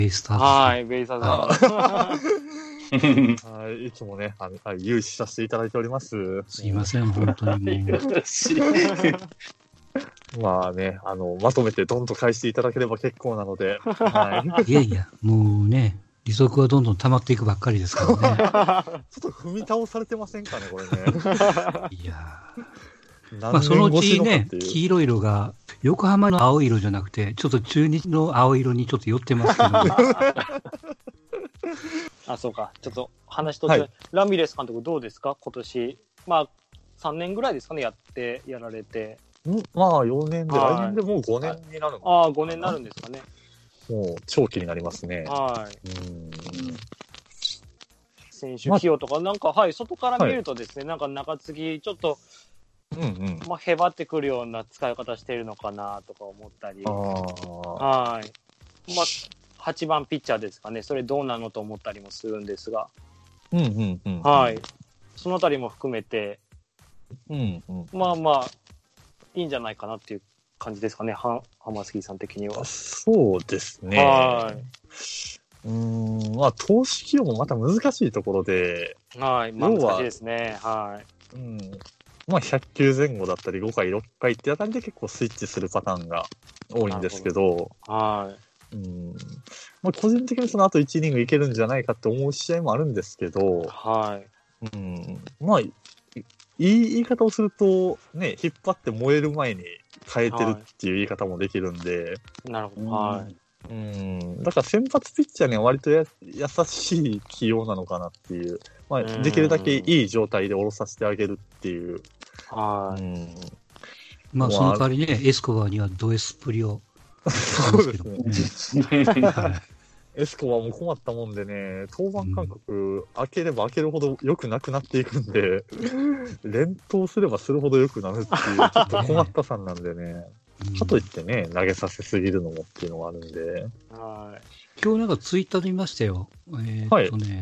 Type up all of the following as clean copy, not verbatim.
ベイスターズ。 はい、ベイスターズ。 はい、いつもね、融資させていただいております。 すいません、本当にもう。 まあね、まとめてドンと返していただければ結構なので、はい。 いやいや、もうね、利息はどんどん溜まっていくばっかりですからね。 ちょっと踏み倒されてませんかね、これね。 いやままあそのうちね、黄色い色が、横浜の青色じゃなくて、ちょっと中日の青色にちょっと寄ってますけど。 あ、そうか。ちょっと話と違う、はい。ラミレス監督どうですか今年。まあ、3年ぐらいですかね、やられて。 まあ、4年で、来年でもう5年になるのかな。 ああ、5年になるんですかね。 もう、長期になりますね。 はい。選手起用とか、なんか、はい、外から見るとですね、なんか中継ぎ、ちょっと、まあ、へばってくるような使い方してるのかなとか思ったり。はい。まあ、8番ピッチャーですかね。それどうなのと思ったりもするんですが。はい。そのあたりも含めて、まあまあ、いいんじゃないかなっていう感じですかね。ハマスキーさん的には。 そうですね。はい。まあ、投手起用もまた難しいところで。 はい。まあ、難しいですね。はい。 まあ、100球前後だったり、5回、6回ってあたりで結構スイッチするパターンが多いんですけど、 はい。 まあ、個人的にその後1イニングいけるんじゃないかって思う試合もあるんですけど、 はい。 まあ、いい言い方をすると、ね、引っ張って燃える前に変えてるっていう言い方もできるんで、 なるほど。はい。 だから先発ピッチャーには割と優しい起用なのかなっていう、まあ、できるだけいい状態で下ろさせてあげるっていう。 まあ、その代わりね、エスコバーにはドエスプリを。 そうですね。エスコバーも困ったもんでね、登板間隔開ければ開けるほど良くなくなっていくんで、連投すればするほど良くなるっていう、ちょっと困ったさんなんでね。かといってね、投げさせすぎるのもっていうのがあるんで。 今日なんかツイッターで見ましたよ。今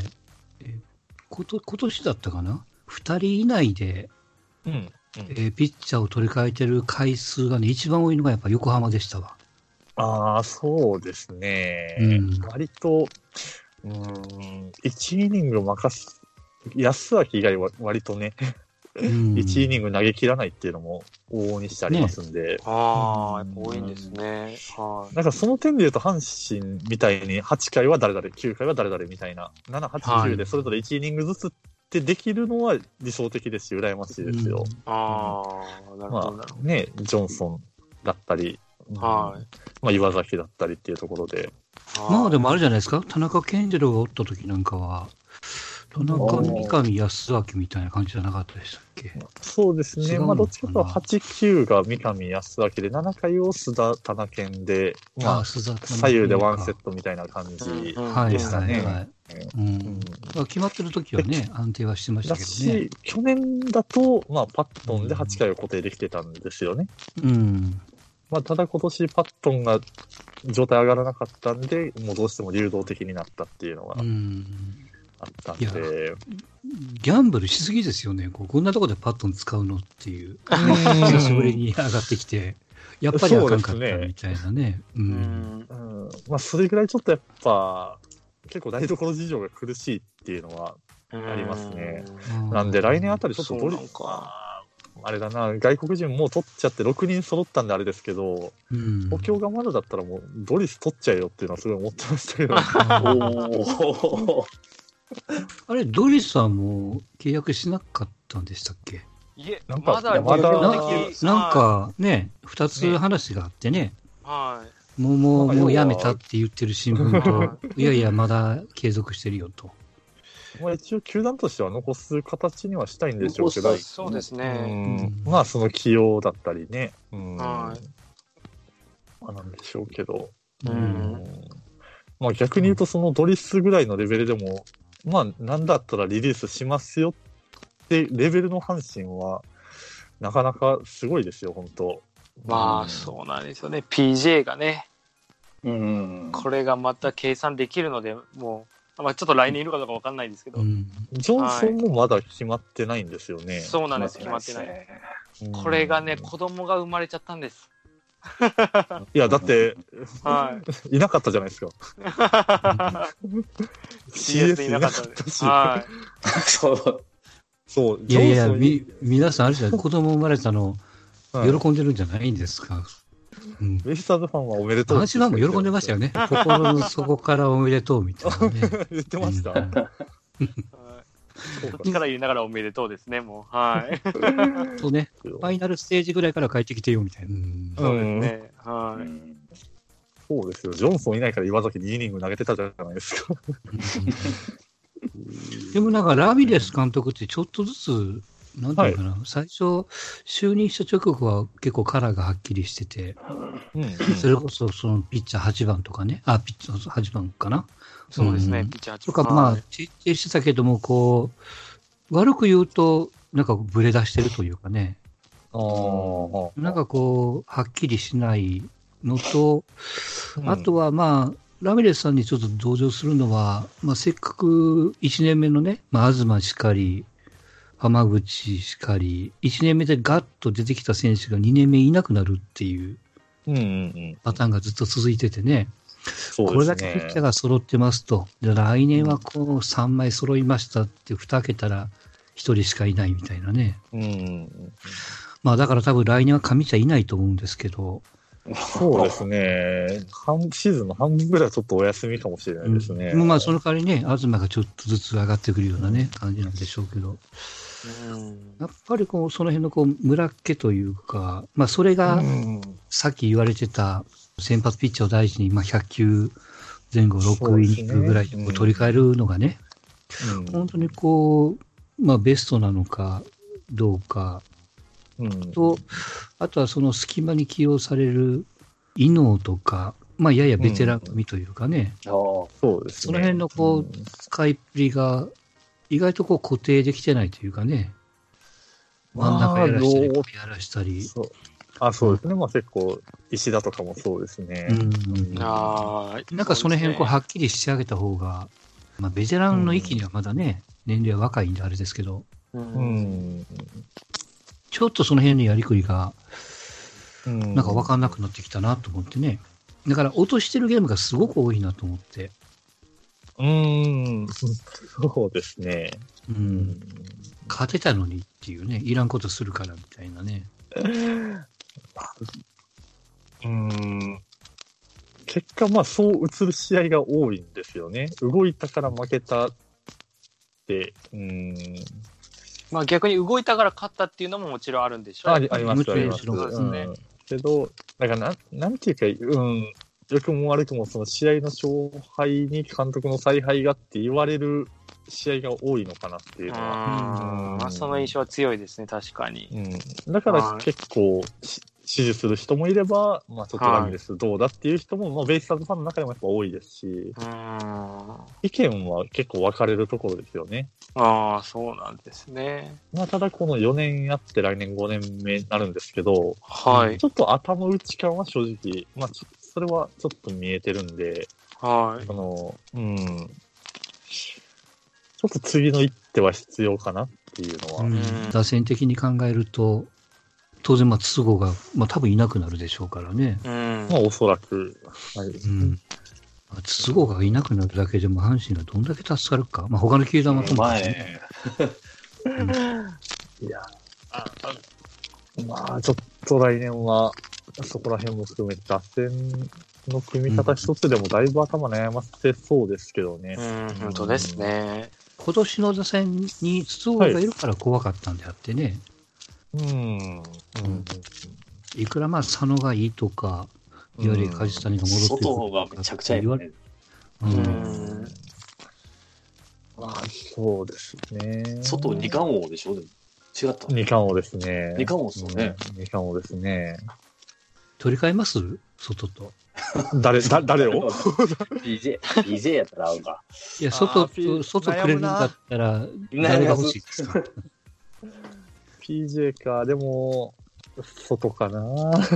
年だったかな ?2 人以内で、ピッチャーを取り替えてる回数がね、一番多いのがやっぱ横浜でしたわ。 ああ、そうですね。割と、1イニング安明以外は割とね、1イニング投げ切らないっていうのも往々にしてありますんで。 ああ、やっぱ多いんですね。 なんかその点で言うと、阪神みたいに8回は誰々、9回は誰々みたいな、7、8、9でそれぞれ1イニングずつってできるのは理想的ですし、羨ましいですよ。 ああ、なるほど。 まあね、ジョンソンだったり、まあ岩崎だったりっていうところで。 まあでもあれじゃないですか、田中健次郎がおった時なんかは、田中三上康明みたいな感じじゃなかったでしたっけ？ そうですね。まあどっちかというと8、9が三上康明で、7回を須田田中健で、まあ左右でワンセットみたいな感じでしたね。 決まってる時はね、安定はしてましたけどね。 去年だと、まあパットンで8回を固定できてたんですよね。まあただ今年パットンが状態上がらなかったんで、もうどうしても流動的になったっていうのがあったんで。 ギャンブルしすぎですよね。こんなところでパットン使うのっていう。久しぶりに上がってきて、やっぱりあかんかったみたいなね。 まあそれぐらいちょっとやっぱ、結構台所事情が苦しいっていうのはありますね。なんで来年あたりちょっとあれだな、外国人もう取っちゃって6人揃ったんであれですけど、補強がまだだったらもうドリス取っちゃえよっていうのはすごい思ってましたけど。 あれ、ドリスさんも契約しなかったんでしたっけ？ いえ、 なんかね、2つ話があってね。もうやめたって言ってる新聞と、いやいや、まだ継続してるよと。 まあ一応球団としては残す形にはしたいんでしょうけど、 そうですね。 まあその起用だったりね、まあなんでしょうけど、まあ逆に言うとそのドリスぐらいのレベルでも、まあなんだったらリリースしますよってレベルの阪神はなかなかすごいですよ、本当。 まあそうなんですよね。PJ がね、これがまた計算できるので、もう、まあ、ちょっと来年いるかどうかわかんないですけど、 ジョンソンもまだ決まってないんですよね。 そうなんです、決まってない。これがね、子供が生まれちゃったんです。 いや、だって、 はい。 いなかったじゃないですか。 CS いなかったし。はい。 そう。 いやいや、皆さんあれじゃ子供生まれたの、喜んでるんじゃないんですか。 ベイスターズファンはおめでとう。 阪神ファンも喜んでましたよね。心の底からおめでとうみたいなね。 言ってました。 力入れながらおめでとうですね、もう。はい。 そうね。ファイナルステージぐらいから帰ってきてよみたいな。 そうですね。はい。 そうですよ。ジョンソンいないから岩崎2イニング投げてたじゃないですか。 でもなんかラミレス監督ってちょっとずつ、なんていうかな、最初、就任した直後は結構カラーがはっきりしてて、それこそそのピッチャー8番とかね、ピッチャー8番かな。 そうですね、ピッチャー8 番。とか、まあ、徹底してたけども、こう、悪く言うと、なんかブレ出してるというかね、なんかこう、はっきりしないのと、あとはまあ、ラミレスさんにちょっと同情するのは、まあ、せっかく1年目のね、まあ、東しかり、浜口しかり、1年目でガッと出てきた選手が2年目いなくなるっていうパターンがずっと続いててね、これだけピッチャーが揃ってますと、来年はこう3枚揃いましたって蓋開けたら1人しかいないみたいなね。まあだから多分来年は上茶いないと思うんですけど、 そうですね。シーズンの半分ぐらいはちょっとお休みかもしれないですね。 まあその代わりね、東がちょっとずつ上がってくるようなね、感じなんでしょうけど。やっぱりこう、その辺のこう、村っ気というか、まあそれが、さっき言われてた先発ピッチャーを大事に、まあ100球前後6イニングぐらいでこう取り替えるのがね、本当にこう、まあベストなのかどうか、と、あとはその隙間に起用される伊能とか、まあややベテラン組というかね、 そうですね。 その辺のこう、使いっぷりが意外とこう固定できてないというかね、真ん中やらしたり、首やらしたり。 そうですね。まあ結構、石田とかもそうですね。 なんかその辺こうはっきり仕上げた方が、まあベテランの域にはまだね、年齢は若いんであれですけど、ちょっとその辺のやりくりが、なんか分かんなくなってきたなと思ってね。だから落としてるゲームがすごく多いなと思って。 そうですね。 勝てたのにっていうね、いらんことするからみたいなね。 結果、まあそう映る試合が多いんですよね。動いたから負けたって、 まあ逆に動いたから勝ったっていうのももちろんあるんでしょう。 あります、あります。けど、だからなんていうか、良くも悪くもその試合の勝敗に監督の采配がって言われる試合が多いのかなっていうのは。 まあその印象は強いですね、確かに。 だから結構支持する人もいれば、まあちょっとラミレスどうだっていう人も、まあベイスターズファンの中でもやっぱ多いですし、意見は結構分かれるところですよね。 そうなんですね。 まあただこの4年やって来年5年目になるんですけど、ちょっと頭打ち感は正直、まあそれはちょっと見えてるんで、ちょっと次の一手は必要かなっていうのは。 打線的に考えると、当然、筒香が、多分いなくなるでしょうからね。 おそらく。 筒香がいなくなるだけでも、阪神がどんだけ助かるか。他の球団はともかくね。 いや、まあ、ちょっと来年は、そこら辺も含めて、打線の組み方一つでもだいぶ頭悩ませそうですけどね。 本当ですね。 今年の打線に筒香がいるから怖かったんであってね。いくら佐野がいいとか、いわゆる梶谷が戻ってくる外がめちゃくちゃいいね。 まあ、そうですね。 外二冠王でしょ？でも違った。 二冠王ですね。 二冠王ですよね。 二冠王ですね。 取り替えます外と。 誰を ？PJ やったら合うか。 いや、外くれるんだったら、誰が欲しいですか ？PJ か、でも、外かな。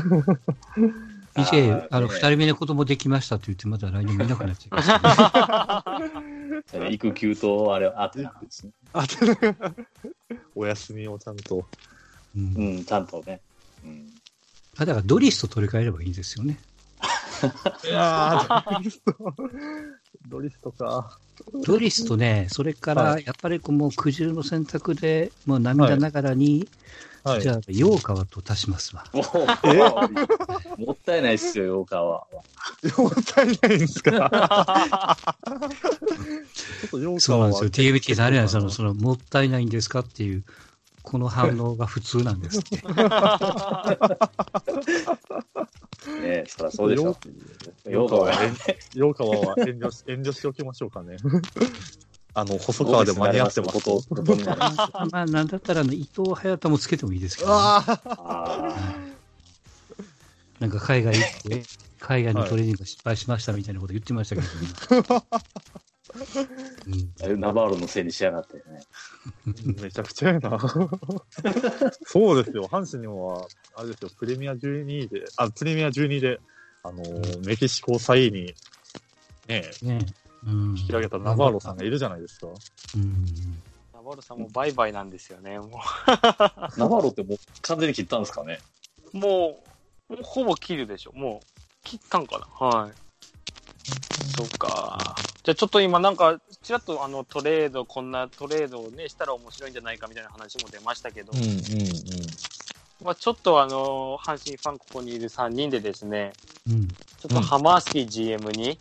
PJ、2人目の子供できましたって言って、まだ来年見なくなっちゃいましたね。 育休と、あれ、あってなですね。 お休みをちゃんと。 ちゃんとね。 だからドリスと取り替えればいいですよね。 いやー、ドリストか。 ドリスとね、それから、やっぱりもう苦渋の選択で、もう涙ながらに、じゃあ、ヨーカワと足しますわ。 もったいないっすよ、ヨーカワ。 もったいないんですかちょっとヨーカワは。 そうなんですよ。TMT であれなんですよ。その、もったいないんですかっていう、この反応が普通なんですって。 ね、そりゃそうでしょ。 ヨーカワは遠慮しておきましょうかね。細川で間に合ってます。 まあ、なんだったら、伊藤隼太もつけてもいいですけど、ね。なんか海外行って、海外のトレーニング失敗しましたみたいなこと言ってましたけどね。ナバーロのせいにしやがってね。 めちゃくちゃやな。そうですよ。阪神にも、あれですよ、プレミア12で、メキシコ3位に、引き上げたナバーロさんがいるじゃないですか。 ナバーロさんもバイバイなんですよね、もう。 ナバーロってもう完全に切ったんですかね。 もうほぼ切るでしょ。もう、切ったんかな。はい。そうか。じゃあちょっと今なんか、ちらっとトレード、こんなトレードをね、したら面白いんじゃないかみたいな話も出ましたけど。まあちょっと阪神ファンここにいる3人でですね、ちょっとハマースキー GM に、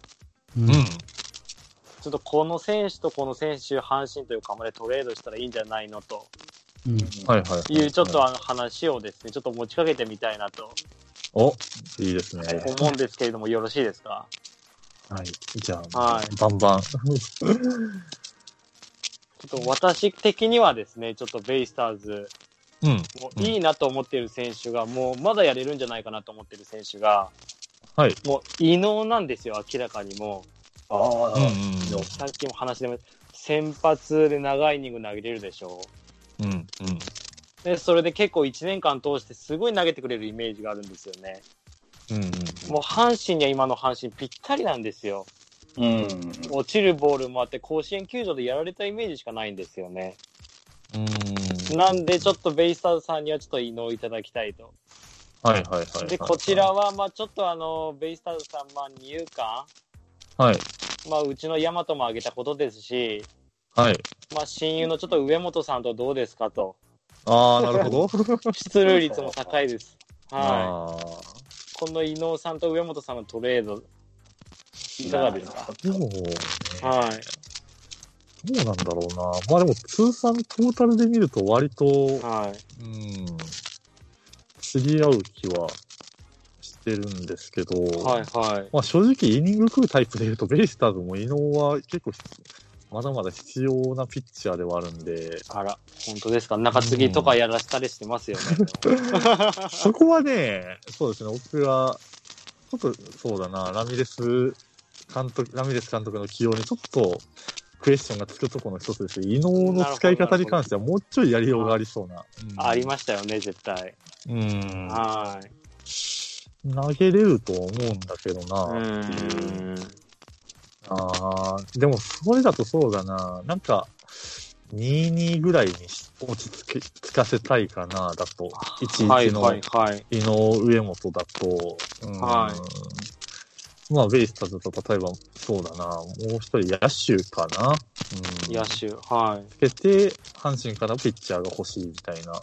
ちょっとこの選手とこの選手、阪神というかまでトレードしたらいいんじゃないのと、いうちょっと話をですね、ちょっと持ちかけてみたいなと。 いいですね。 思うんですけれども、よろしいですか？ はい。じゃあ、バンバン。ちょっと私的にはですね、ちょっとベイスターズ、もういいなと思っている選手が、もうまだやれるんじゃないかなと思っている選手が、もう異能なんですよ、明らかにもう。さっきも話で先発で長いイニング投げれるでしょう。で、それで結構1年間通してすごい投げてくれるイメージがあるんですよね。もう阪神には今の阪神ぴったりなんですよ。落ちるボールもあって甲子園球場でやられたイメージしかないんですよね。なんでちょっとベイスターズさんにはちょっと異能をいただきたいと。で、こちらはまあちょっとベイスターズさん、まあ二遊間、まあうちの大和も挙げたことですし、まあ親友のちょっと上本さんとどうですかと。 なるほど。 出塁率も高いです。この伊能さんと上本さんのトレード、いかがですか？ どうなんだろうな。まあでも、通算トータルで見ると割と、釣り合う気はしてるんですけど、まあ正直イニング食うタイプで言うと、ベイスターズも伊能は結構、まだまだ必要なピッチャーではあるんで。 あら、本当ですか？中継ぎとかやらせたりしてますよね。 そこはね、そうですね、僕は、ちょっとそうだな、ラミレス監督の起用にちょっとクエスチョンがつくところの一つです。伊能の使い方に関してはもうちょいやりようがありそうな。 ありましたよね、絶対。 投げれるとは思うんだけどなっていう。でもそれだとそうだな、なんか、2-2ぐらいに落ち着かせたいかな、だと。1-1の伊能上本だと。まあ、ベイスターズと例えば、そうだな、もう一人野手かな。 野手、 つけて、阪神からピッチャーが欲しいみたいな。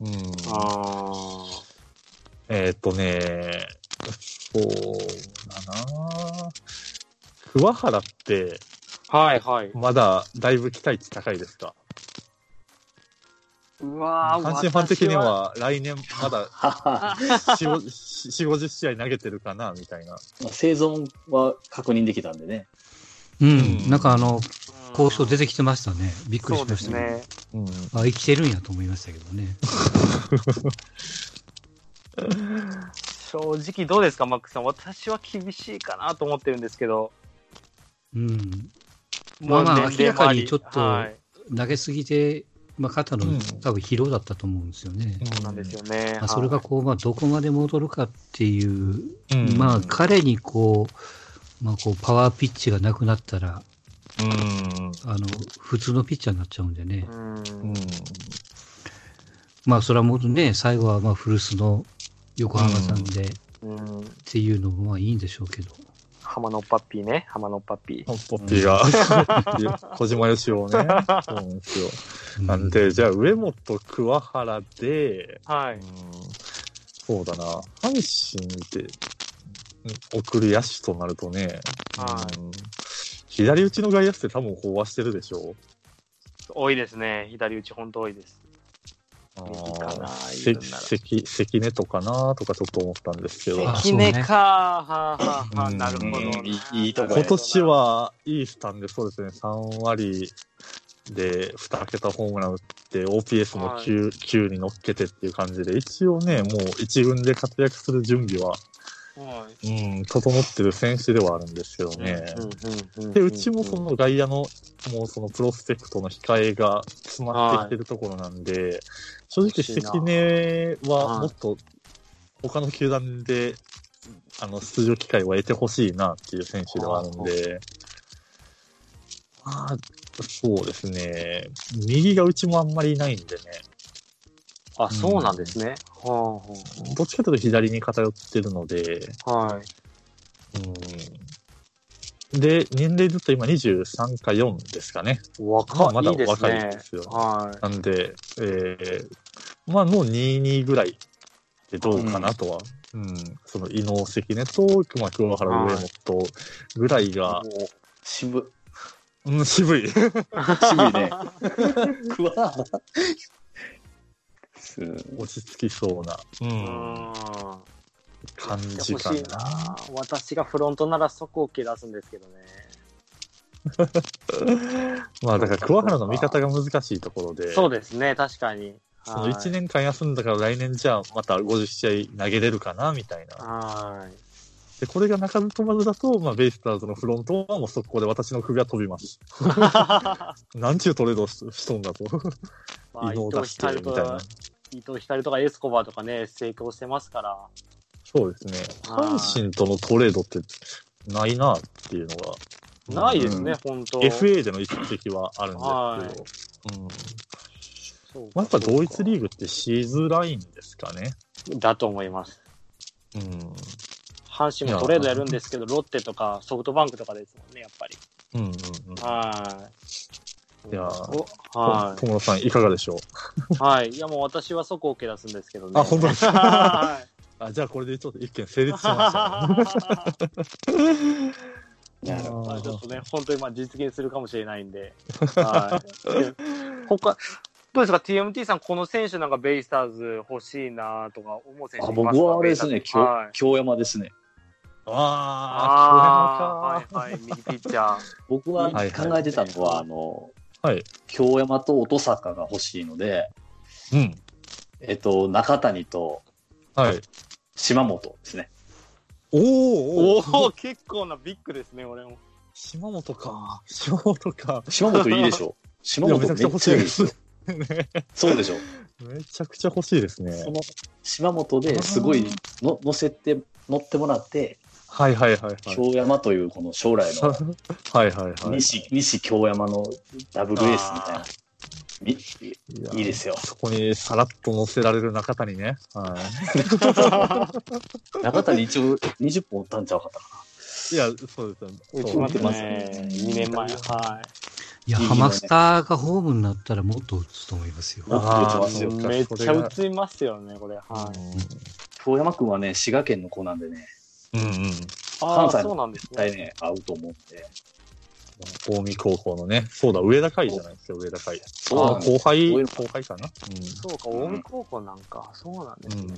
そうだな。桑原って、まだだいぶ期待値高いですか？阪神ファン的には来年まだ4、50試合投げてるかなみたいな。 生存は確認できたんでね。 なんか交渉出てきてましたね。びっくりしましたね。生きてるんやと思いましたけどね。 正直どうですか、マックさん。私は厳しいかなと思ってるんですけど。 まあ明らかにちょっと投げすぎて、肩の多分疲労だったと思うんですよね。 そうなんですよね。 それがどこまで戻るかっていう、彼にパワーピッチがなくなったら、普通のピッチャーになっちゃうんでね。それはもうね、最後は古巣の横浜さんで、っていうのもまあいいんでしょうけど。 浜のパッピーね、浜のパッピー。 パッピーが、小島よしおね。そうなんですよ。なんで、じゃあ、上本、桑原で、 はい。 そうだな、阪神で送る野手となるとね、左打ちの外野手って多分飽和してるでしょう。 多いですね。左打ち本当多いです。 関根とかなとかちょっと思ったんですけど。 関根かなるほど。 いいとこ。 今年はいいスタンで、そうですね、3割で2桁ホームラン打って、OPS も 9に乗っけてっていう感じで、一応ね、もう一軍で活躍する準備は、整ってる選手ではあるんですけどね。で、うちもその外野の、もうそのプロスペクトの控えが詰まってきてるところなんで、正直関根はもっと他の球団で、出場機会を得てほしいなっていう選手ではあるんで、まあ、そうですね。右がうちもあんまりいないんでね。 あ、そうなんですね。 どっちかというと左に偏ってるので、で、年齢ずっと今23か4ですかね。 まだ若いですよ。なんで、まあもう22ぐらいでどうかなとは。その伊能関根と、桑原上本ぐらいが。 渋い。渋いね。 桑原。 落ち着きそうな。感じかな。 私がフロントなら即 OK 出すんですけどね。 まあだから桑原の見方が難しいところで。 そうですね、確かに。 その1年間休んだから来年じゃあまた50試合投げれるかなみたいな。で、これが鳴かず飛ばずだと、まあベイスターズのフロントはもう速攻で私の首が飛びます。なんちゅうトレードしとんだと。伊能出してみたいな。 伊藤光とかエスコバーとかね、成功してますから。 そうですね。阪神とのトレードってないなっていうのが。 ないですね、本当。 FA での一績はあるんですけど。やっぱ同一リーグってしづらいんですかね。 だと思います。阪神もトレードやるんですけど、ロッテとかソフトバンクとかですもんね、やっぱり。 いや小室さんいかがでしょう。はい。いやもう私は即 OK 出すんですけどね。 あ、本当ですか。じゃあこれでちょっと一件成立しましたちょっとね、本当に実現するかもしれないんで。どうですか TMT さん、この選手なんかベイスターズ欲しいなとか思う選手いますか？ 僕はあれですね、京山ですね。 京山か。はい、右ピッチャー。 僕は考えてたのは、京山と音坂が欲しいので、中谷と、島本ですね。 おお結構なビッグですね、俺も。 島本か。 島本いいでしょ。島本めちゃくちゃ欲しいです。そうでしょ。 めちゃくちゃ欲しいですね。 その島本ですごい乗ってもらって、京山というこの将来の西京山のダブルエースみたいな。いいですよ。 そこにさらっと乗せられる中谷ね。 中谷一応20本打ったんちゃうかったかな。 いや、そうですよ。 打ちますね。2年前。 いや、ハマスターがホームになったらもっと打つと思いますよ。 めっちゃ打ちますよね、これ。 京山君はね、滋賀県の子なんでね。関西の絶対ね、合うと思うんで。 近江高校のね、そうだ、上田海じゃないですか、上田海。後輩かな。 そうか、近江高校なんか、そうなんですね。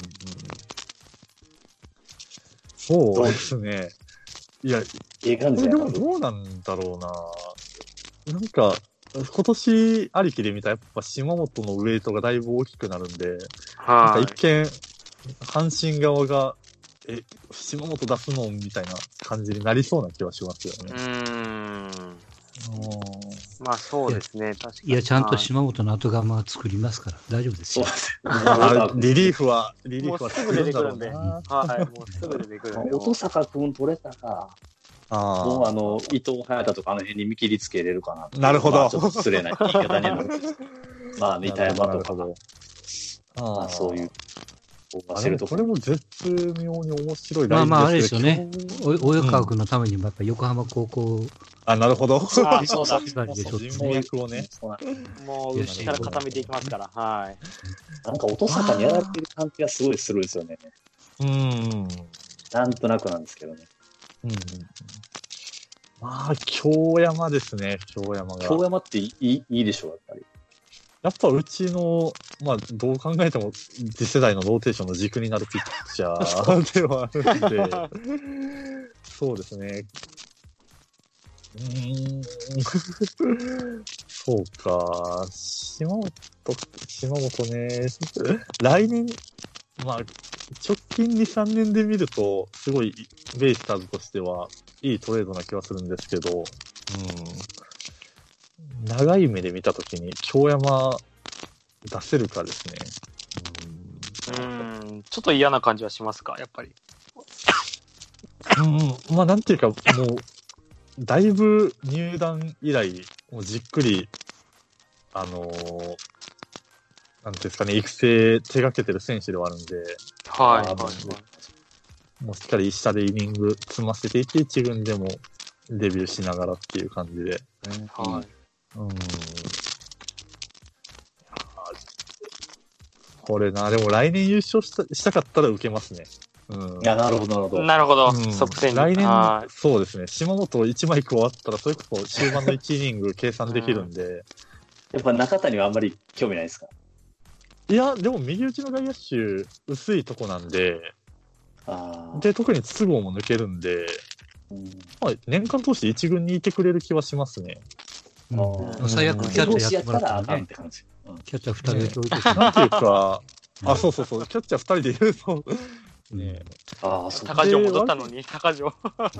そうですね。いや、 でもどうなんだろうな。なんか、今年ありきで見たらやっぱ島本のウェイトがだいぶ大きくなるんで、なんか一見、阪神側が、島本出すのみたいな感じになりそうな気はしますよね。 まあそうですね、確かに。 いや、ちゃんと島本の後釜は作りますから、大丈夫ですよ。 リリーフはすぐ出てくるんで。もうすぐ出てくるんで。 音坂くん取れたら、もう伊藤隼太とかあの辺に見切りつけれるかな。 なるほど。 ちょっと失礼な言い方になるんです。三田山とか、そういうこれも絶妙に面白いラインですけど。 まあ、あれですよね。及川君のためにもやっぱ横浜高校。 なるほど。 そうだ。 人脈役をね。 もう、後から固めていきますから。はい。 なんか、音坂にやられてる感じがすごいするんですよね。なんとなくなんですけどね。 まあ、京山ですね、京山が。 京山っていいでしょう、やっぱり。 やっぱうちの、まあ、どう考えても次世代のローテーションの軸になるピッチャーではあるんで、そうですね。そうか、島本ね、来年、まあ、直近2、3年で見ると、すごいベイスターズとしてはいいトレードな気はするんですけど、長い目で見たときに、京山出せるかですね。 ちょっと嫌な感じはしますか、やっぱり。 まあ、なんていうか、もう、だいぶ入団以来、もうじっくり、なんていうんですかね、育成手掛けてる選手ではあるんで、もうしっかり一社でイニング積ませていって、一軍でもデビューしながらっていう感じで。これな、でも来年優勝したかったら受けますね。 いや、なるほど、なるほど。 なるほど、即戦力。来年、そうですね。島本1枚加わったら、それこそ終盤の1イニング計算できるんで。 やっぱ中谷はあんまり興味ないですか？ いや、でも右打ちの外野手、薄いとこなんで、で、特に筒香も抜けるんで、まあ、年間通して1軍にいてくれる気はしますね。 最悪キャッチャーやってもらったらね。キャッチャー2人で教育して。 なんていうか、そう、キャッチャー2人でいると、ね高城戻ったのに、高城。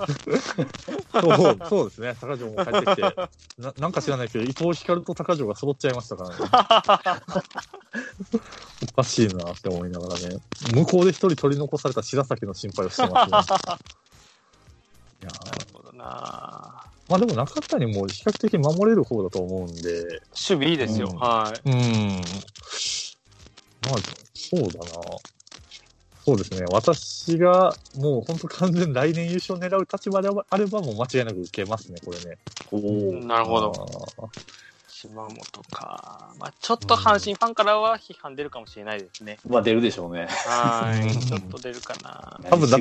そうですね、高城も帰ってきて、なんか知らないけど、伊藤光と高城が揃っちゃいましたからね。おかしいなって思いながらね、向こうで一人取り残された白崎の心配をしてますね。 なるほどな。 まあでも中谷も比較的守れる方だと思うんで。 守備いいですよ。はい。 まあ、そうだな。そうですね。私がもう本当完全に来年優勝を狙う立場であればもう間違いなく受けますね、これね。 なるほど。島本か。まあちょっと阪神ファンからは批判出るかもしれないですね。 まあ出るでしょうね。 ちょっと出るかな。 多分だって、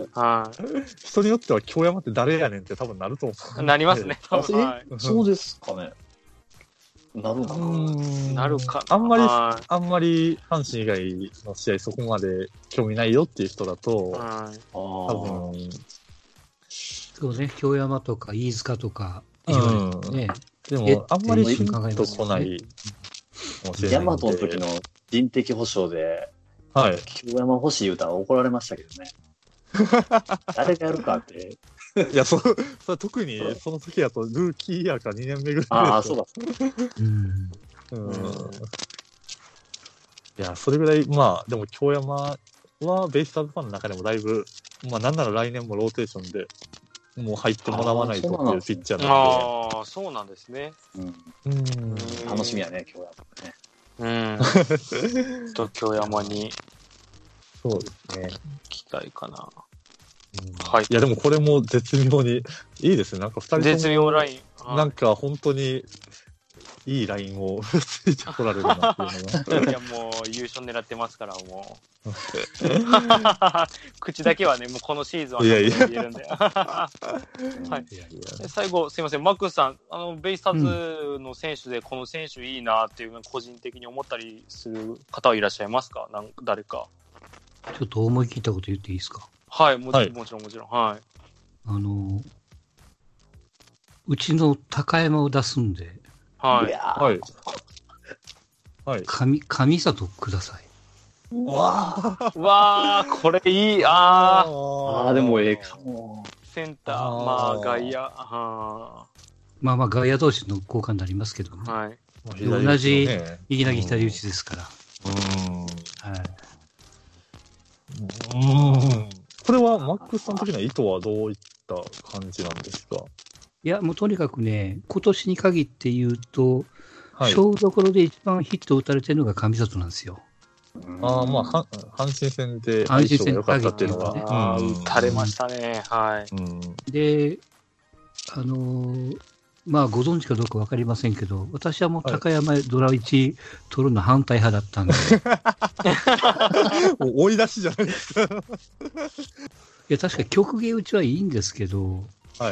人によっては京山って誰やねんって多分なると思う。 なりますね。 そうですかね。なるかな。なるかな。あんまり阪神以外の試合そこまで興味ないよっていう人だと、多分。 そうね、京山とか飯塚とか、ね。 でも、あんまりピンとこない。 ヤマトの時の人的保障で、京山欲しい言うたら怒られましたけどね。誰がやるかって。 いや、それ特にその時だとルーキーイヤーか2年目ぐらい。 そうだ。 いや、それぐらい、まあ、でも京山はベイスターズファンの中でもだいぶ、まあ、なんなら来年もローテーションで、もう入ってもらわないとっていうピッチャーなんで。そうなんですね。 楽しみやね、京山ね。 京山に。 そうですね。 期待かな。 はい。いや、でもこれも絶妙にいいですね。なんか2人とも。 絶妙ライン。なんか本当にいいラインをついてこられるなっていうのが。 いや、もう優勝狙ってますから、もう。口だけはね、もうこのシーズンは言えるんで。最後、すいません、マックスさん、ベイスターズの選手でこの選手いいなっていうの個人的に思ったりする方はいらっしゃいますか？誰か。 ちょっと思い切ったこと言っていいですか？ はい、もちろん。はい。 うちの高山を出すんで。 はい。 上里ください。 わあ、これいい。 でもええかも。 センター、まあ外野。 まあ外野同士の交換になりますけどね。 はい。 同じ右投げ左打ちですから。 これはマックスさん的な意図はどういった感じなんですか？ いや、もうとにかくね、今年に限って言うと、勝負どころで一番ヒットを打たれてるのが上里なんですよ。 ああ、まあ、阪神戦で相性が良かったっていうのが。 打たれましたね。はい。 で、まあ、ご存知かどうか分かりませんけど、私はもう高山ドラ1取るの反対派だったんで。 もう追い出しじゃないですか。いや、確か曲芸打ちはいいんですけど、 はい。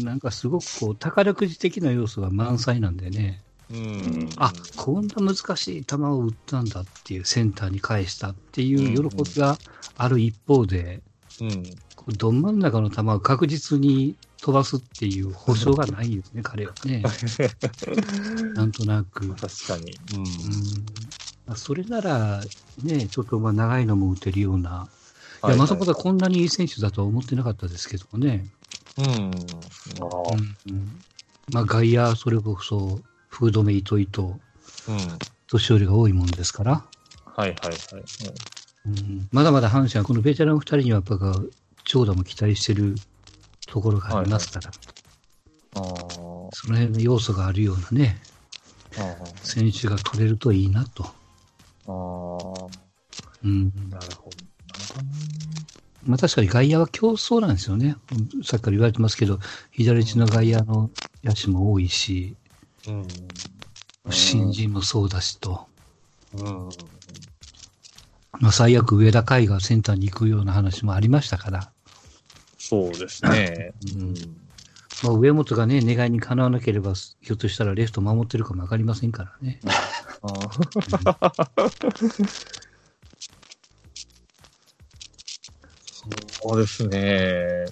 なんかすごくこう、宝くじ的な要素が満載なんでね。こんな難しい球を打ったんだっていう、センターに返したっていう喜びがある一方で、ど真ん中の球を確実に飛ばすっていう保証がないですね、彼はね。なんとなく。 確かに。 それなら、ね、ちょっとまあ長いのも打てるような。いや、まさかこんなにいい選手だとは思ってなかったですけどもね。まあ外野、それこそ、福留、糸井と、年寄りが多いもんですから。まだまだ阪神はこのベテラン2人にはやっぱ長打も期待してるところがありますから、その辺の要素があるようなね、選手が取れるといいなと。 なるほど。 まあ確かに外野は競争なんですよね。さっきから言われてますけど、左打ちの外野の野手も多いし、新人もそうだしと。まあ最悪上田海がセンターに行くような話もありましたから。 そうですね。 まあ、上本がね、願いにかなわなければ、ひょっとしたらレフト守ってるかもわかりませんからね。 そうですね。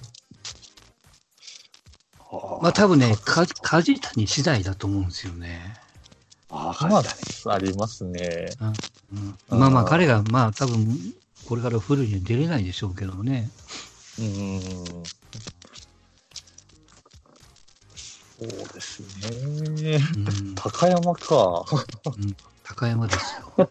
まあ多分ね、梶谷次第だと思うんですよね。 ありますね。 まあまあ彼が、まあ多分、これからフルに出れないでしょうけどね。 そうですね。高山か。 高山ですよ。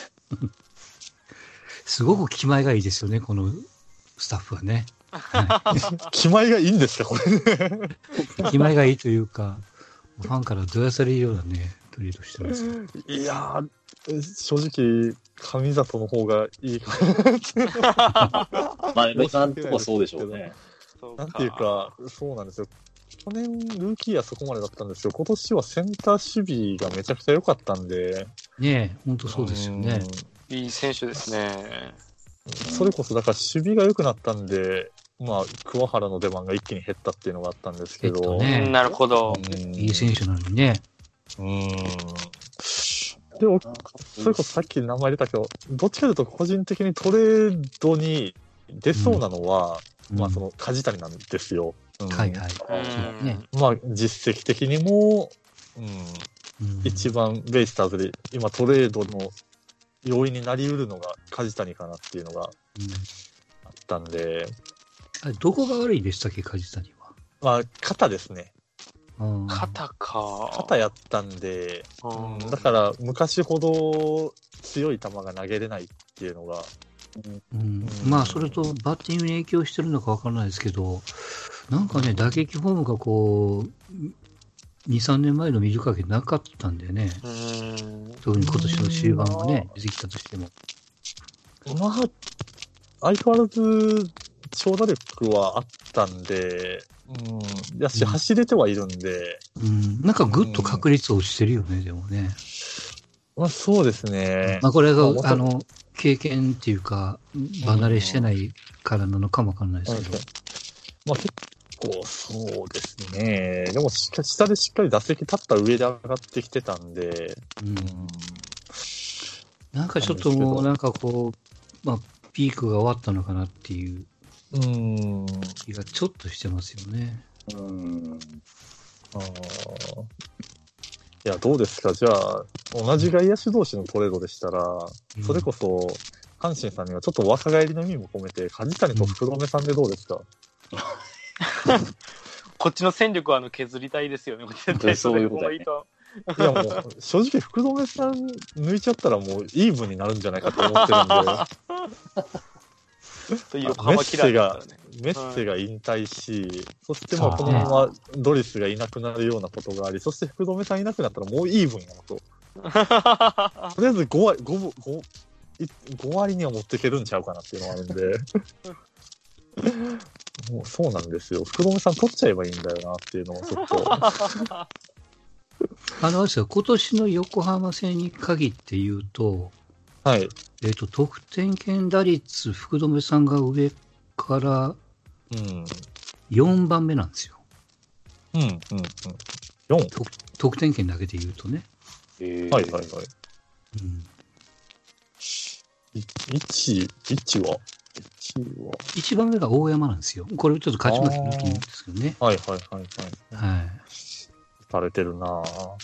すごく気前がいいですよね、このスタッフはね。 気前がいいんですか、これ。気前がいいというか、ファンからどやされるようなね、トリートしてます。 いやー、正直、上里の方がいいかな。 まあ、なんとかそうでしょうね。 なんていうか、そうなんですよ。去年、ルーキーはそこまでだったんですけど、今年はセンター守備がめちゃくちゃ良かったんで。 ねえ、ほんとそうですよね。 いい選手ですね。 それこそ、だから守備が良くなったんで、まあ、桑原の出番が一気に減ったっていうのがあったんですけど。 なるほど。 いい選手なのにね。 でも、それこそさっき名前出たけど、どっちかというと個人的にトレードに出そうなのは、まあその梶谷なんですよ。 はいはい。 まあ実績的にも、一番ベイスターズで今トレードの要因になりうるのが梶谷かなっていうのがあったんで。 どこが悪いでしたっけ、梶谷は。 まあ肩ですね。 肩か。 肩やったんで、だから昔ほど強い球が投げれないっていうのが。 まあそれとバッティングに影響してるのかわからないですけど、なんかね、打撃フォームがこう、2、3年前の見る限りなかったんでね。特に今年の終盤はね、出てきたとしても。 まあ、相変わらず長打力はあったんで、走れてはいるんで。 なんかぐっと確率を落ちてるよね、でもね。 まあそうですね。 まあこれが、経験っていうか、離れしてないからなのかもわかんないですけど。 まあ結構そうですね。でも下でしっかり打席立った上で上がってきてたんで。 なんかちょっともうなんかこう、まあピークが終わったのかなっていう気がちょっとしてますよね。 いや、どうですか。じゃあ、同じ外野手同士のトレードでしたら、それこそ、阪神さんにはちょっと若返りの意味も込めて、梶谷と福留さんでどうですか。 こっちの戦力は削りたいですよね。 そういうことだね。 いやもう、正直福留さん抜いちゃったらもうイーブンになるんじゃないかと思ってるんで。メッセが引退し、そしてまあこのままドリスがいなくなるようなことがあり、そして福留さんいなくなったらもうイーブンやなととりあえず5割には持っていけるんちゃうかなっていうのがあるんで。もうそうなんですよ。福留さん取っちゃえばいいんだよなっていうのをちょっと。 あれですよ、今年の横浜戦に限って言うと、 はい。 得点圏打率、福留さんが上から4番目なんですよ。4? 得点圏だけで言うとね。 はいはいはい。1は 1番目が大山なんですよ。これちょっと勝ち負け抜きですけどね。 はいはいはいはい。はい。されてるなぁ。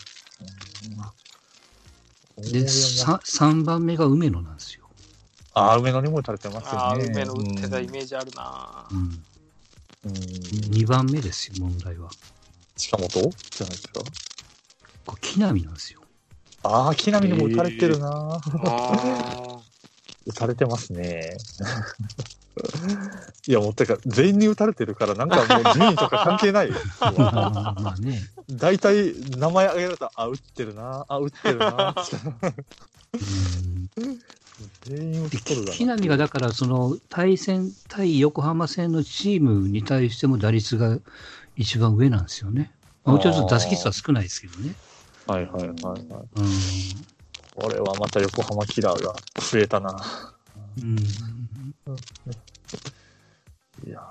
で、3番目が梅野なんですよ。 梅野にも打たれてますよね。 梅野打ってたイメージあるなぁ。 2番目ですよ、問題は。 近本じゃないですか。 これ、木浪なんですよ。 木浪にも打たれてるなぁ。打たれてますね。いや、もう、てか、全員に打たれてるから、なんかもう順位とか関係ないよ。 まあね。 大体、名前挙げられたら、打ってるな打ってるな全員打っとるだな。 木浪が、だから、対横浜戦のチームに対しても打率が一番上なんですよね。もちろん打席数は少ないですけどね。 はいはいはいはい。これはまた横浜キラーが増えたな。いや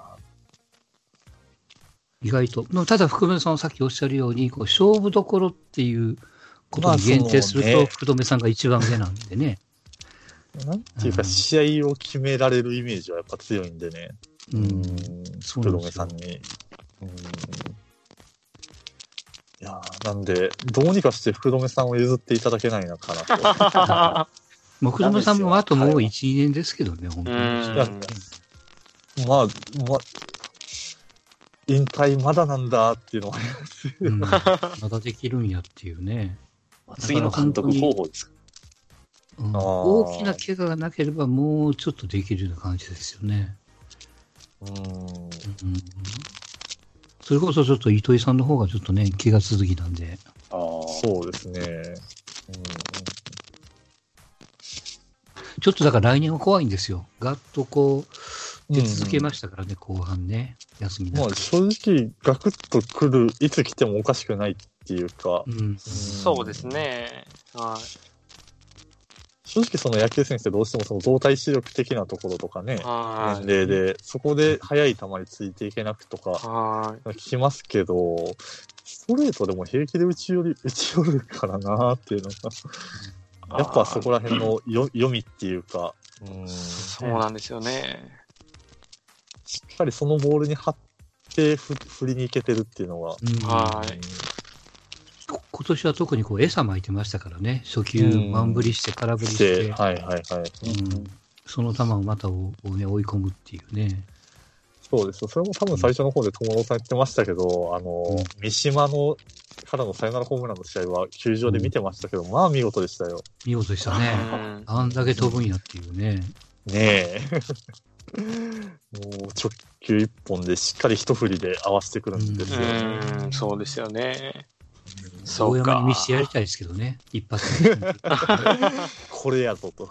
意外と。ただ、福留さんはさっきおっしゃるように、勝負どころっていうことに限定すると、福留さんが一番上なんでね。 なんていうか、試合を決められるイメージはやっぱ強いんでね。福留さんに。いやなんで、どうにかして福留さんを譲っていただけないのかなと。 福留さんもあともう1、2年ですけどね、本当に。 まあ、引退まだなんだっていうのはあります。 まだできるんやっていうね。 次の監督候補ですか。 大きな怪我がなければもうちょっとできるような感じですよね。それこそちょっと糸井さんの方がちょっとね、怪我続きなんで。 そうですね。 ちょっとだから来年は怖いんですよ。ガッと出続けましたからね、後半ね。休みなく。 正直、ガクッと来る、いつ来てもおかしくないっていうか。 そうですね。 正直その野球選手ってどうしてもその動体視力的なところとかね、年齢で、そこで速い球についていけなくとか、聞きますけど、ストレートでも平気で打ち寄るからなーっていうのが、やっぱそこら辺の読みっていうか、 そうなんですよね。 しっかりそのボールに張って振りに行けてるっていうのが、 今年は特に餌巻いてましたからね。初球、満振りして空振りして。その球をまた追い込むっていうね。 そうです。それも多分最初の方で友野さん言ってましたけど、三島からのサヨナラホームランの試合は球場で見てましたけど、まあ見事でしたよ。 見事でしたね。あんだけ飛ぶんやっていうね。 ねえ。もう直球一本でしっかり一振りで合わせてくるんですよ。 そうですよね。 大山に見せてやりたいですけどね、一発で。 これやぞと。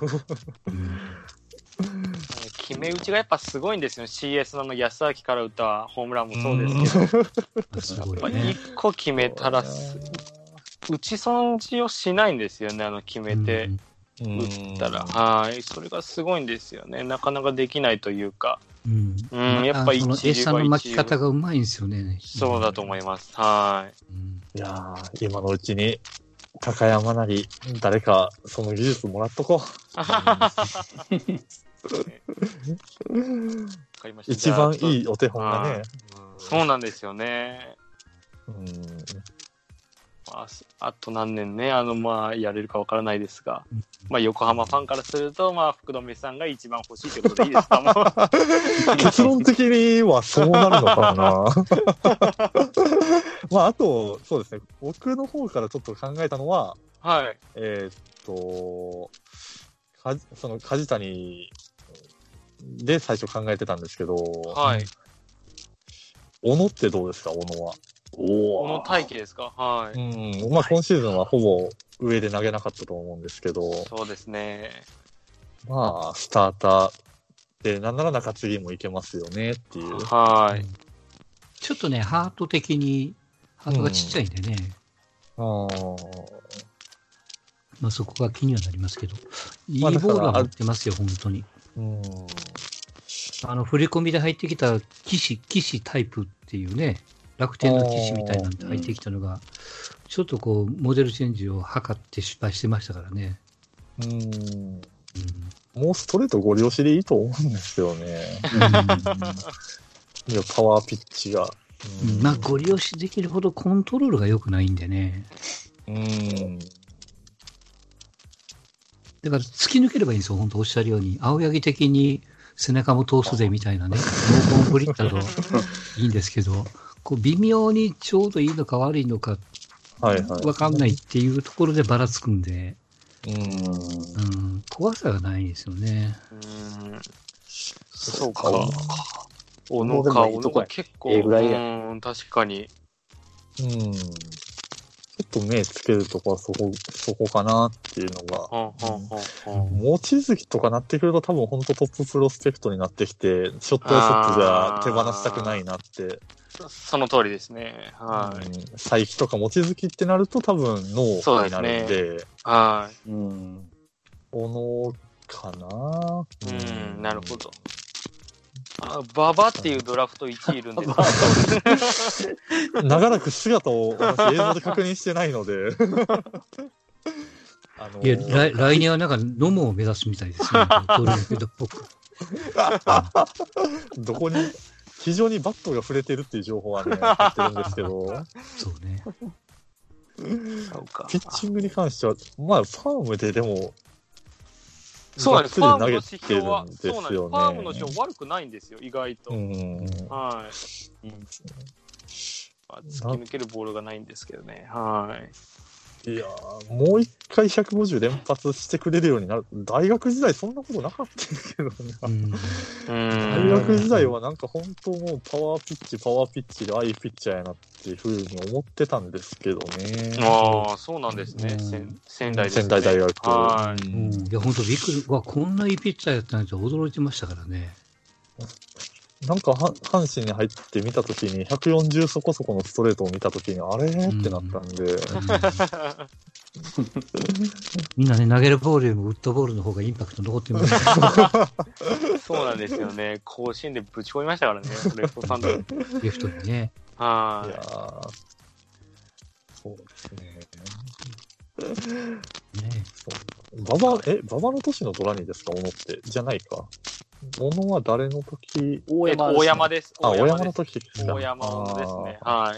決め打ちがやっぱすごいんですよ。CS の安明から打ったホームランもそうですけど。 すごいね。 1個決めたら打ち損じをしないんですよね、決めて打ったら。それがすごいんですよね。なかなかできないというか。やっぱり餌の巻き方がうまいんですよね。 そうだと思います。 いやー、今のうちに高山なり誰かその技術もらっとこう。一番いいお手本がね。 そうなんですよね。あと何年ね、やれるかわからないですが、横浜ファンからすると、福留さんが一番欲しいということでいいですか、 結論的にはそうなるのかな。あと、そうですね、僕の方からちょっと考えたのは、その梶谷で最初考えてたんですけど、小野ってどうですか、小野は。 この大輝ですか。はい。 まあ今シーズンはほぼ上で投げなかったと思うんですけど。 そうですね。 まあ、スターターで、なんなら中継ぎもいけますよねっていう。 はい。 ちょっとね、ハート的に、ハートがちっちゃいんでね。まあそこが気にはなりますけど。いいボールは持ってますよ、本当に。振り込みで入ってきた騎士タイプっていうね、楽天の騎士みたいなんで入ってきたのが、ちょっとこう、モデルチェンジを図って失敗してましたからね。 もうストレートご利用しでいいと思うんですよね。いや、パワーピッチが。 まあ、ご利用しできるほどコントロールが良くないんでね。だから、突き抜ければいいんですよ、本当おっしゃるように。青柳的に背中も通すぜみたいなね、ノーコンプリッターといいんですけど、こう微妙にちょうどいいのか悪いのか、わかんないっていうところでばらつくんで、怖さがないんですよね。 そうか。小野結構、確かに。 ちょっと目つけるとこはそこかなっていうのが。望月とかなってくると多分本当トッププロスペクトになってきて、ショットはショットじゃ手放したくないなって。 その通りですね。はい。 佐伯とか望月ってなると多分ノーになるんで。 はい。 小野かな。 なるほど。馬場っていうドラフト1位いるんですけど。長らく姿を映像で確認してないので。 いや、来年はなんかノムを目指すみたいですね。 どこに、非常にバットが触れてるっていう情報はね、入ってるんですけど。 そうね。 ピッチングに関しては、まあ、ファームででも、 そうなんです。ファームの指標は、 そうなんです。 ファームの指標悪くないんですよ、意外と。はい。突き抜けるボールがないんですけどね。はい。 いやー、もう一回150連発してくれるようになる。大学時代そんなことなかったけどね。大学時代はなんか本当もうパワーピッチでああいうピッチャーやなっていうふうに思ってたんですけどね。 ああ、そうなんですね。仙台ですね。 仙台大学。 はい。いや、本当びっくり。こんないいピッチャーやったんと驚いてましたからね。 なんか阪神に入って見たときに140そこそこのストレートを見たときにあれってなったんで、 みんなね投げるボールよりもウッドボールの方がインパクト残ってます。 そうなんですよね。甲子園でぶち込みましたからね、レフトサンド。レフトにね。 はい。 いやそうですね。馬場の年のドラニーですか、小野って。じゃないか。小野は誰の時？ 大山です。 大山の時ですか。 大山ですね。はい。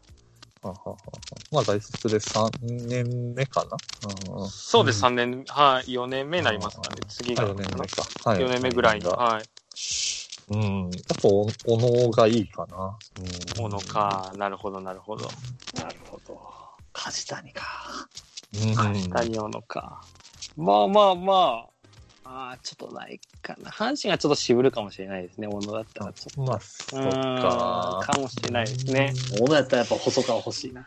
まあ、大卒で3年目かな。 そうです、3年、はい、4年目になりますかね。次が。 4年目か。 4年目ぐらいに。はい。 やっぱ小野がいいかな。 小野か。なるほど。 なるほど。梶谷か。 梶谷小野か。まあ、ちょっとないかな。阪神がちょっと渋るかもしれないですね、小野だったら。 まあ、そっか。 かもしれないですね。 小野やったらやっぱ細川欲しいな。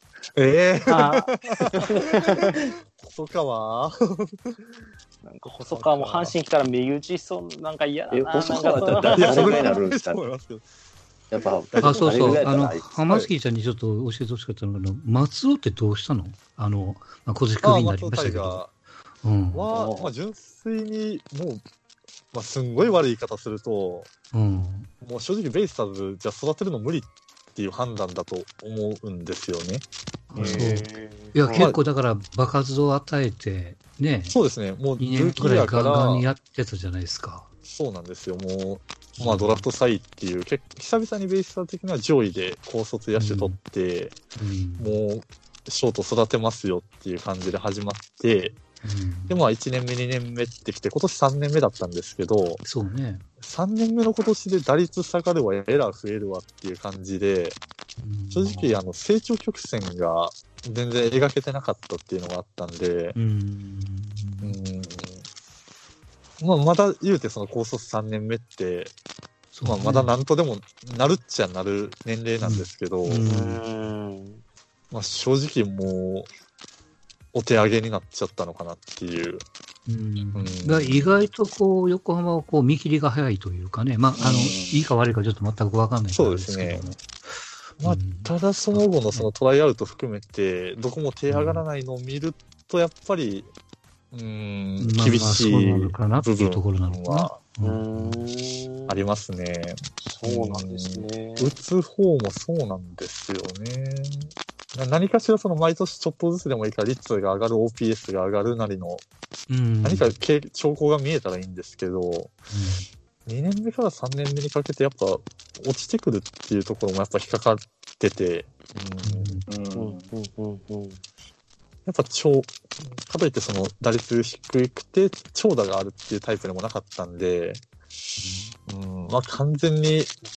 細川なんか細川も阪神来たら右打ちしそう、なんか嫌だな。 細川だったら誰ぐらいになるんですかね。やっぱ、 そう。浜月ちゃんにちょっと教えてほしかったのが、松尾ってどうしたの？小関首になりましたけど。 まあ、純粋に、もう、すんごい悪い言い方すると、もう正直ベイスターズじゃ育てるの無理っていう判断だと思うんですよね。 いや、結構だから爆発を与えて、ね。 そうですね。もう 2年くらいガンガンやってたじゃないですか。 そうなんですよ。もう、ドラフト3位っていう、久々にベイスターズ的には上位で高卒野手取って、もう、ショート育てますよっていう感じで始まって、で、1年目、2年目ってきて、今年3年目だったんですけど、 そうね。 3年目の今年で打率下がるわ、エラー増えるわっていう感じで、正直、成長曲線が全然描けてなかったっていうのがあったんで、まだ言うてその高卒3年目って、 まあ、まだなんとでもなるっちゃなる年齢なんですけど、まあ、正直もう、お手上げになっちゃったのかなっていう。 意外とこう、横浜はこう見切りが早いというかね、まあ、いいか悪いかちょっと全く分かんないからですけども。そうですね。 まあ、ただその後のそのトライアウト含めて、どこも手上がらないのを見ると、やっぱり、厳しい部分はありますね。 そうなんですね。 打つ方もそうなんですよね。何かしらその毎年ちょっとずつでもいいから率が上がる、OPS が上がるなりの、何か兆候が見えたらいいんですけど、2年目から3年目にかけてやっぱ落ちてくるっていうところもやっぱ引っかかってて、やっぱかといってその打率低くて長打があるっていうタイプでもなかったんで、まあ完全に